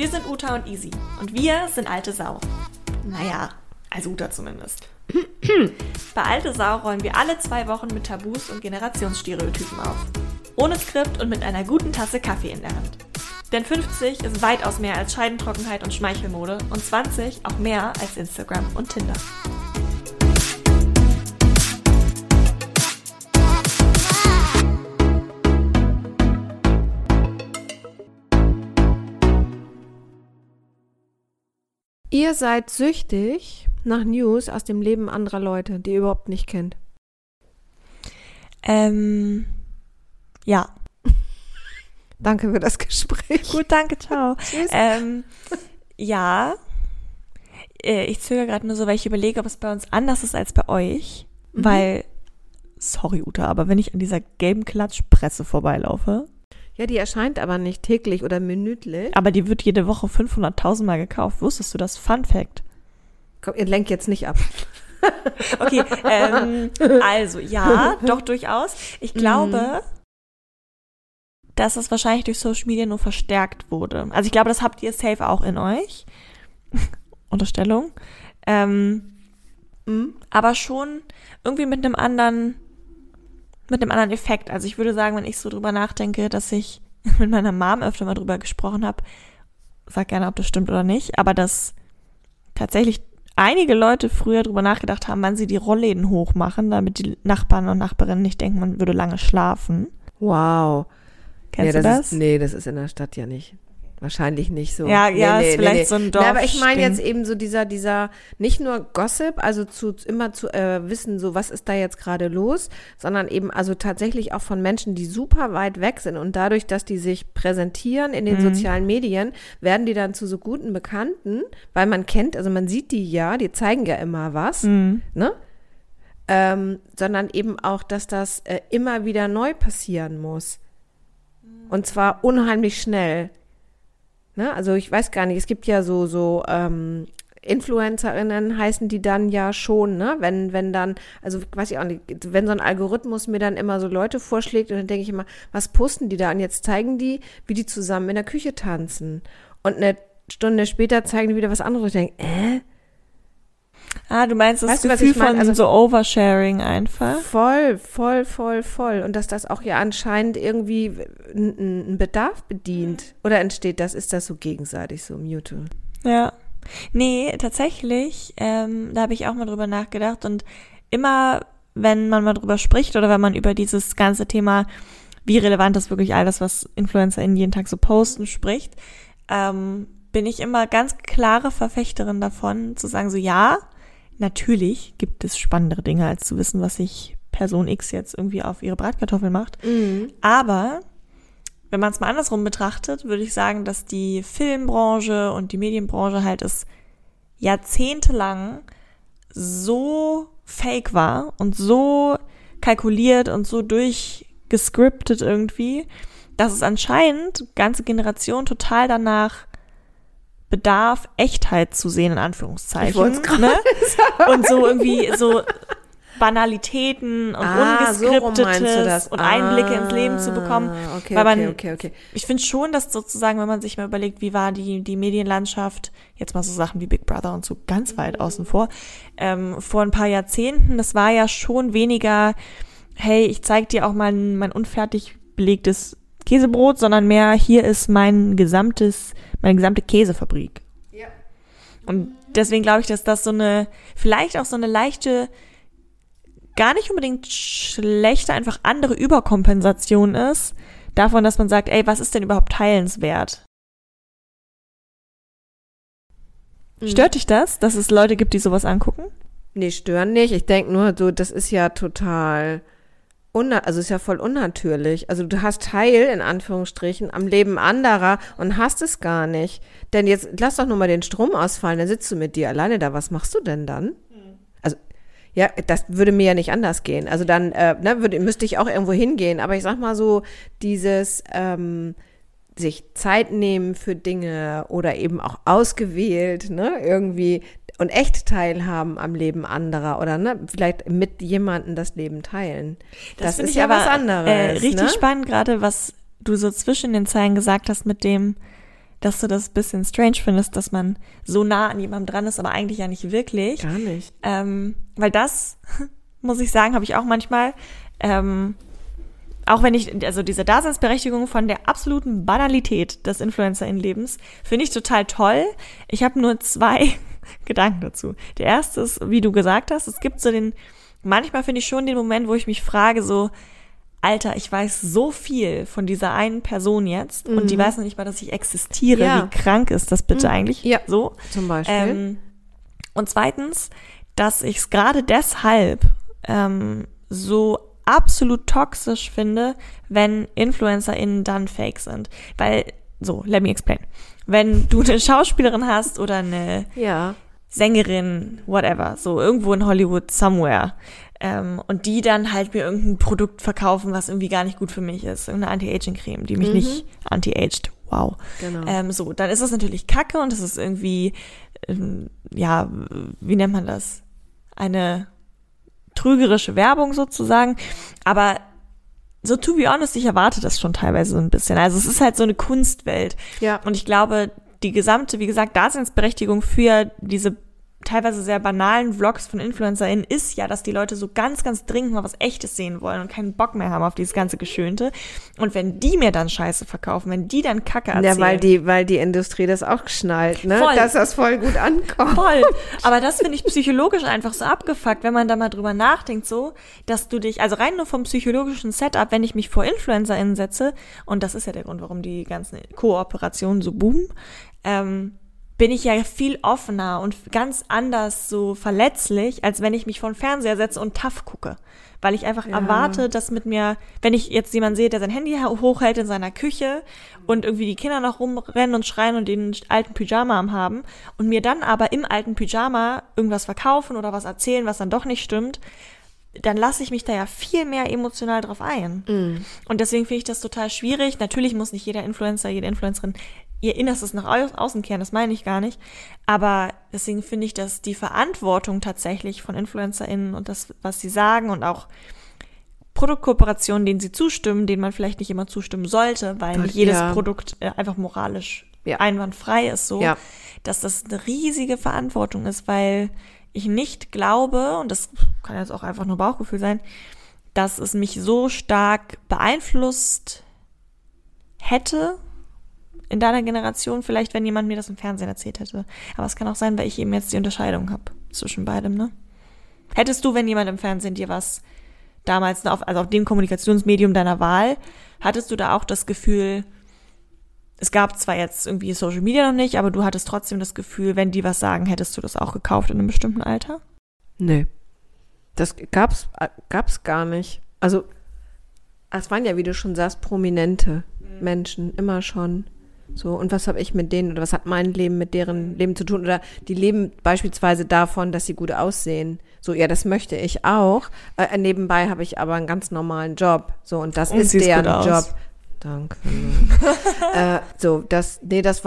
Wir sind Uta und Easy und wir sind alte Sau. Naja, also Uta zumindest. Bei Alte Sau rollen wir alle 2 Wochen mit Tabus und Generationsstereotypen auf. Ohne Skript und mit einer guten Tasse Kaffee in der Hand. Denn 50 ist weitaus mehr als Scheidentrockenheit und Schmeichelmode und 20 auch mehr als Instagram und Tinder. Ihr seid süchtig nach News aus dem Leben anderer Leute, die ihr überhaupt nicht kennt. Ja. Danke für das Gespräch. Gut, danke, ciao. Tschüss. Ja. Ich zögere gerade nur so, weil ich überlege, ob es bei uns anders ist als bei euch. Weil, sorry Uta, aber wenn ich an dieser gelben Klatschpresse vorbeilaufe. Ja, die erscheint aber nicht täglich oder minütlich. Aber die wird jede Woche 500.000 Mal gekauft. Wusstest du das? Fun Fact. Komm, ihr lenkt jetzt nicht ab. Okay, also ja, doch durchaus. Ich glaube, dass es wahrscheinlich durch Social Media nur verstärkt wurde. Also ich glaube, das habt ihr safe auch in euch. Unterstellung. Aber schon irgendwie mit einem anderen Effekt. Also ich würde sagen, wenn ich so drüber nachdenke, dass ich mit meiner Mom öfter mal drüber gesprochen habe, sag gerne, ob das stimmt oder nicht, aber dass tatsächlich einige Leute früher drüber nachgedacht haben, wann sie die Rollläden hochmachen, damit die Nachbarn und Nachbarinnen nicht denken, man würde lange schlafen. Wow. Kennst du das? Nee, das ist in der Stadt ja nicht. Wahrscheinlich nicht so. Ja, ist vielleicht so ein Dorf. Aber ich meine jetzt eben so dieser, nicht nur Gossip, also immer zu wissen, so was ist da jetzt gerade los, sondern eben also tatsächlich auch von Menschen, die super weit weg sind und dadurch, dass die sich präsentieren in den sozialen Medien, werden die dann zu so guten Bekannten, weil man kennt, also man sieht die ja, die zeigen ja immer was, ne? Sondern eben auch, dass das immer wieder neu passieren muss. Und zwar unheimlich schnell. Ne? Also ich weiß gar nicht, es gibt ja so InfluencerInnen heißen die dann ja schon, ne? Wenn dann, also weiß ich auch nicht, wenn so ein Algorithmus mir dann immer so Leute vorschlägt und dann denke ich immer, was posten die da? Und jetzt zeigen die, wie die zusammen in der Küche tanzen. Und eine Stunde später zeigen die wieder was anderes. Ich denke, Du meinst das weißt du, Gefühl was ich meine? von Also so Oversharing einfach? Voll. Und dass das auch ja anscheinend irgendwie einen Bedarf bedient. Oder entsteht das, ist das so gegenseitig so Mute? Ja. Nee, tatsächlich, da habe ich auch mal drüber nachgedacht und immer, wenn man mal drüber spricht oder wenn man über dieses ganze Thema, wie relevant ist wirklich all das, was InfluencerInnen jeden Tag so posten, spricht, bin ich immer ganz klare Verfechterin davon, zu sagen so, ja, natürlich gibt es spannendere Dinge, als zu wissen, was sich Person X jetzt irgendwie auf ihre Bratkartoffeln macht. Aber wenn man es mal andersrum betrachtet, würde ich sagen, dass die Filmbranche und die Medienbranche halt es jahrzehntelang so fake war und so kalkuliert und so durchgescriptet irgendwie, dass es anscheinend ganze Generationen total danach bedarf, Echtheit zu sehen, in Anführungszeichen. Ich wollte es gerade sagen. Und so irgendwie so Banalitäten und Ungeskriptetes und Einblicke ins Leben zu bekommen. Okay. Ich finde schon, dass sozusagen, wenn man sich mal überlegt, wie war die Medienlandschaft, jetzt mal so Sachen wie Big Brother und so ganz weit außen vor ein paar Jahrzehnten, das war ja schon weniger, hey, ich zeig dir auch mal mein unfertig belegtes Käsebrot, sondern mehr, hier ist meine gesamte Käsefabrik. Ja. Und deswegen glaube ich, dass das vielleicht auch so eine leichte, gar nicht unbedingt schlechte, einfach andere Überkompensation ist, davon, dass man sagt, ey, was ist denn überhaupt teilenswert? Stört dich das, dass es Leute gibt, die sowas angucken? Nee, stören nicht. Ich denke nur, so, das ist ja total ist ja voll unnatürlich. Also du hast Teil, in Anführungsstrichen, am Leben anderer und hast es gar nicht. Denn jetzt lass doch nur mal den Strom ausfallen, dann sitzt du mit dir alleine da. Was machst du denn dann? Also, ja, das würde mir ja nicht anders gehen. Also dann müsste ich auch irgendwo hingehen. Aber ich sag mal so, dieses sich Zeit nehmen für Dinge oder eben auch ausgewählt, ne, irgendwie und echt teilhaben am Leben anderer oder ne, vielleicht mit jemandem das Leben teilen. Das ist ja was anderes. Richtig spannend gerade, was du so zwischen den Zeilen gesagt hast mit dem, dass du das ein bisschen strange findest, dass man so nah an jemandem dran ist, aber eigentlich ja nicht wirklich. Gar nicht. Weil das, muss ich sagen, habe ich auch manchmal, auch wenn ich, also diese Daseinsberechtigung von der absoluten Banalität des InfluencerInnen-Lebens finde ich total toll. Ich habe nur 2 Gedanken dazu. Der erste ist, wie du gesagt hast, es gibt so manchmal finde ich schon den Moment, wo ich mich frage, so, Alter, ich weiß so viel von dieser einen Person jetzt und die weiß noch nicht mal, dass ich existiere. Ja. Wie krank ist das bitte eigentlich? Ja, so. zum Beispiel. Und zweitens, dass ich es gerade deshalb so absolut toxisch finde, wenn InfluencerInnen dann fake sind. Weil, so, let me explain. Wenn du eine Schauspielerin hast oder eine Sängerin, whatever, so irgendwo in Hollywood, somewhere, und die dann halt mir irgendein Produkt verkaufen, was irgendwie gar nicht gut für mich ist, irgendeine Anti-Aging-Creme, die mich nicht anti-aged, wow. Genau. So, dann ist das natürlich Kacke und es ist irgendwie, wie nennt man das? Eine trügerische Werbung sozusagen, aber so to be honest, ich erwarte das schon teilweise so ein bisschen. Also es ist halt so eine Kunstwelt. Ja. Und ich glaube, die gesamte, wie gesagt, Daseinsberechtigung für diese teilweise sehr banalen Vlogs von InfluencerInnen ist ja, dass die Leute so ganz, ganz dringend mal was Echtes sehen wollen und keinen Bock mehr haben auf dieses ganze Geschönte. Und wenn die mir dann Scheiße verkaufen, wenn die dann Kacke erzählen. Ja, weil die Industrie das auch geschnallt, ne? Voll. Dass das voll gut ankommt. Voll. Aber das finde ich psychologisch einfach so abgefuckt, wenn man da mal drüber nachdenkt, so, dass du dich, also rein nur vom psychologischen Setup, wenn ich mich vor InfluencerInnen setze, und das ist ja der Grund, warum die ganzen Kooperationen so boomen, bin ich ja viel offener und ganz anders so verletzlich, als wenn ich mich vor den Fernseher setze und tough gucke. Weil ich einfach erwarte, dass mit mir, wenn ich jetzt jemanden sehe, der sein Handy hochhält in seiner Küche und irgendwie die Kinder noch rumrennen und schreien und den alten Pyjama am haben und mir dann aber im alten Pyjama irgendwas verkaufen oder was erzählen, was dann doch nicht stimmt, dann lasse ich mich da ja viel mehr emotional drauf ein. Und deswegen finde ich das total schwierig. Natürlich muss nicht jeder Influencer, jede Influencerin ihr Innerstes nach außen kehren, das meine ich gar nicht. Aber deswegen finde ich, dass die Verantwortung tatsächlich von InfluencerInnen und das, was sie sagen und auch Produktkooperationen, denen sie zustimmen, denen man vielleicht nicht immer zustimmen sollte, weil nicht jedes Produkt einfach moralisch einwandfrei ist, so, dass das eine riesige Verantwortung ist, weil ich nicht glaube, und das kann jetzt auch einfach nur Bauchgefühl sein, dass es mich so stark beeinflusst hätte in deiner Generation, vielleicht, wenn jemand mir das im Fernsehen erzählt hätte. Aber es kann auch sein, weil ich eben jetzt die Unterscheidung habe zwischen beidem, ne? Hättest du, wenn jemand im Fernsehen dir was damals, also auf dem Kommunikationsmedium deiner Wahl, hattest du da auch das Gefühl, es gab zwar jetzt irgendwie Social Media noch nicht, aber du hattest trotzdem das Gefühl, wenn die was sagen, hättest du das auch gekauft in einem bestimmten Alter? Nee. Das gab's gar nicht. Also, es waren ja, wie du schon sagst, prominente Menschen, immer schon. So, und was habe ich mit denen oder was hat mein Leben mit deren Leben zu tun? Oder die leben beispielsweise davon, dass sie gut aussehen. So, ja, das möchte ich auch. Nebenbei habe ich aber einen ganz normalen Job. So, und das ist deren Job. Danke. Das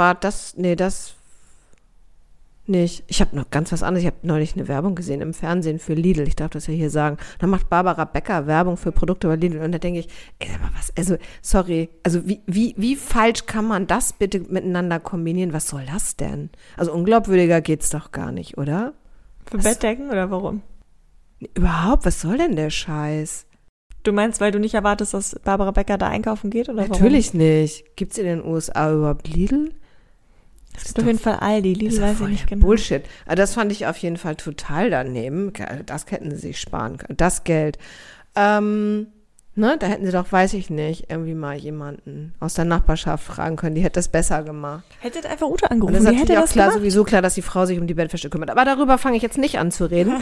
nicht. Ich habe noch ganz was anderes. Ich habe neulich eine Werbung gesehen im Fernsehen für Lidl. Ich darf das ja hier sagen. Da macht Barbara Becker Werbung für Produkte bei Lidl. Und da denke ich, aber was, also, sorry. Also, wie falsch kann man das bitte miteinander kombinieren? Was soll das denn? Also, unglaubwürdiger geht's doch gar nicht, oder? Für Bettdecken oder warum? Überhaupt, was soll denn der Scheiß? Du meinst, weil du nicht erwartest, dass Barbara Becker da einkaufen geht, oder warum? Natürlich nicht. Gibt's in den USA überhaupt Lidl? Es gibt auf jeden Fall Aldi, Lidl weiß ich nicht genau. Bullshit. Also das fand ich auf jeden Fall total daneben. Das hätten sie sich sparen können. Das Geld. Da hätten sie doch, weiß ich nicht, irgendwie mal jemanden aus der Nachbarschaft fragen können. Die hätte das besser gemacht. Hättet einfach Ute angerufen. Und das ist die natürlich hätte auch das klar, gemacht. sowieso klar, dass die Frau sich um die Bettwäsche kümmert. Aber darüber fange ich jetzt nicht an zu reden.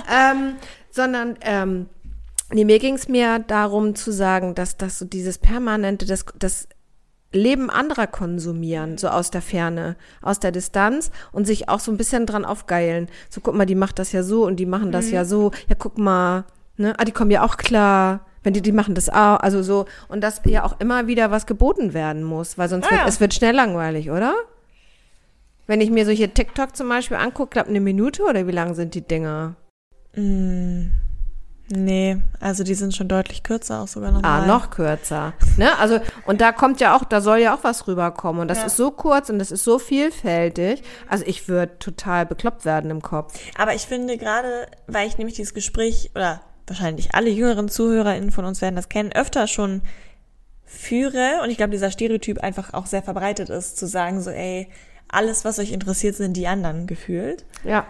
Mir ging es mehr darum zu sagen, dass das so dieses permanente, das Leben anderer konsumieren, so aus der Ferne, aus der Distanz und sich auch so ein bisschen dran aufgeilen. So, guck mal, die macht das ja so und die machen das ja so. Ja, guck mal, ne? Die kommen ja auch klar. Wenn die machen das auch, also so. Und dass ja auch immer wieder was geboten werden muss, weil sonst es wird schnell langweilig, oder? Wenn ich mir solche TikTok zum Beispiel angucke, glaube eine Minute oder wie lang sind die Dinger? Nee, also die sind schon deutlich kürzer, auch sogar nochmal. Noch kürzer. Ne? Also, und da soll ja auch was rüberkommen. Und das ist so kurz und das ist so vielfältig. Also ich würde total bekloppt werden im Kopf. Aber ich finde gerade, weil ich nämlich dieses Gespräch, oder wahrscheinlich alle jüngeren ZuhörerInnen von uns werden das kennen, öfter schon führe, und ich glaube, dieser Stereotyp einfach auch sehr verbreitet ist, zu sagen so, ey, alles, was euch interessiert, sind die anderen gefühlt. Ja.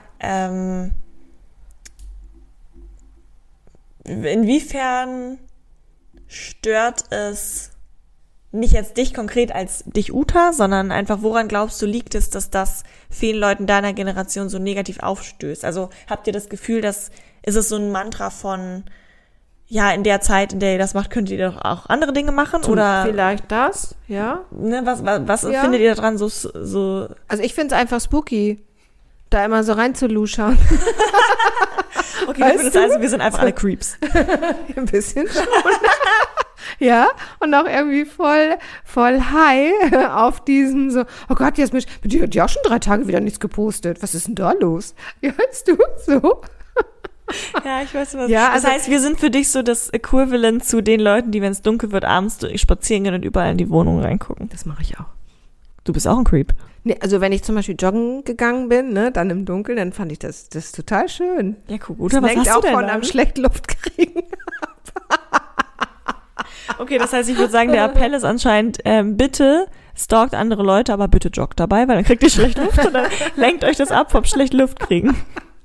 Inwiefern stört es nicht jetzt dich konkret als dich Uta, sondern einfach, woran glaubst du, liegt es, dass das vielen Leuten deiner Generation so negativ aufstößt? Also habt ihr das Gefühl, ist es so ein Mantra von, ja, in der Zeit, in der ihr das macht, könnt ihr doch auch andere Dinge machen? Oder vielleicht das, ja. Ne, was findet ihr daran so? Also ich finde es einfach spooky, da immer so reinzuluschern. Okay, wir sind einfach alle Creeps. Ein bisschen schon. Ja, und auch irgendwie voll high auf diesem so, oh Gott, die hat ja auch schon 3 Tage wieder nichts gepostet. Was ist denn da los? Ja, weißt du, so. Ja, ich weiß was. Ja, das heißt, wir sind für dich so das Äquivalent zu den Leuten, die, wenn es dunkel wird, abends spazieren gehen und überall in die Wohnung reingucken. Das mache ich auch. Du bist auch ein Creep. Nee, also wenn ich zum Beispiel joggen gegangen bin, ne, dann im Dunkeln, dann fand ich das total schön. Ja, guck, gut, was hast auch du denn von einem schlecht Luft kriegen. Okay, das heißt, ich würde sagen, der Appell ist anscheinend, bitte stalkt andere Leute, aber bitte joggt dabei, weil dann kriegt ihr schlecht Luft und dann lenkt euch das ab vom schlecht Luft kriegen.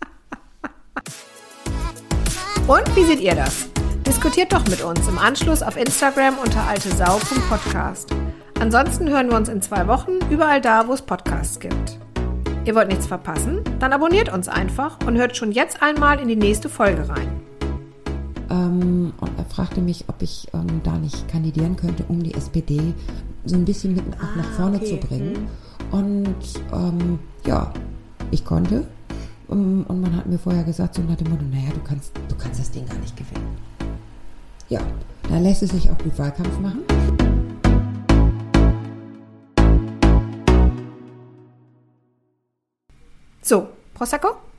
Und wie seht ihr das? Diskutiert doch mit uns im Anschluss auf Instagram unter altesau.podcast. Ansonsten hören wir uns in 2 Wochen überall da, wo es Podcasts gibt. Ihr wollt nichts verpassen? Dann abonniert uns einfach und hört schon jetzt einmal in die nächste Folge rein. Und er fragte mich, ob ich da nicht kandidieren könnte, um die SPD so ein bisschen mit nach vorne zu bringen. Und ja, ich konnte. Und man hat mir vorher gesagt, so nach dem Motto, naja, du kannst das Ding gar nicht gewinnen. Ja, da lässt es sich auch gut Wahlkampf machen. So, Prosecco?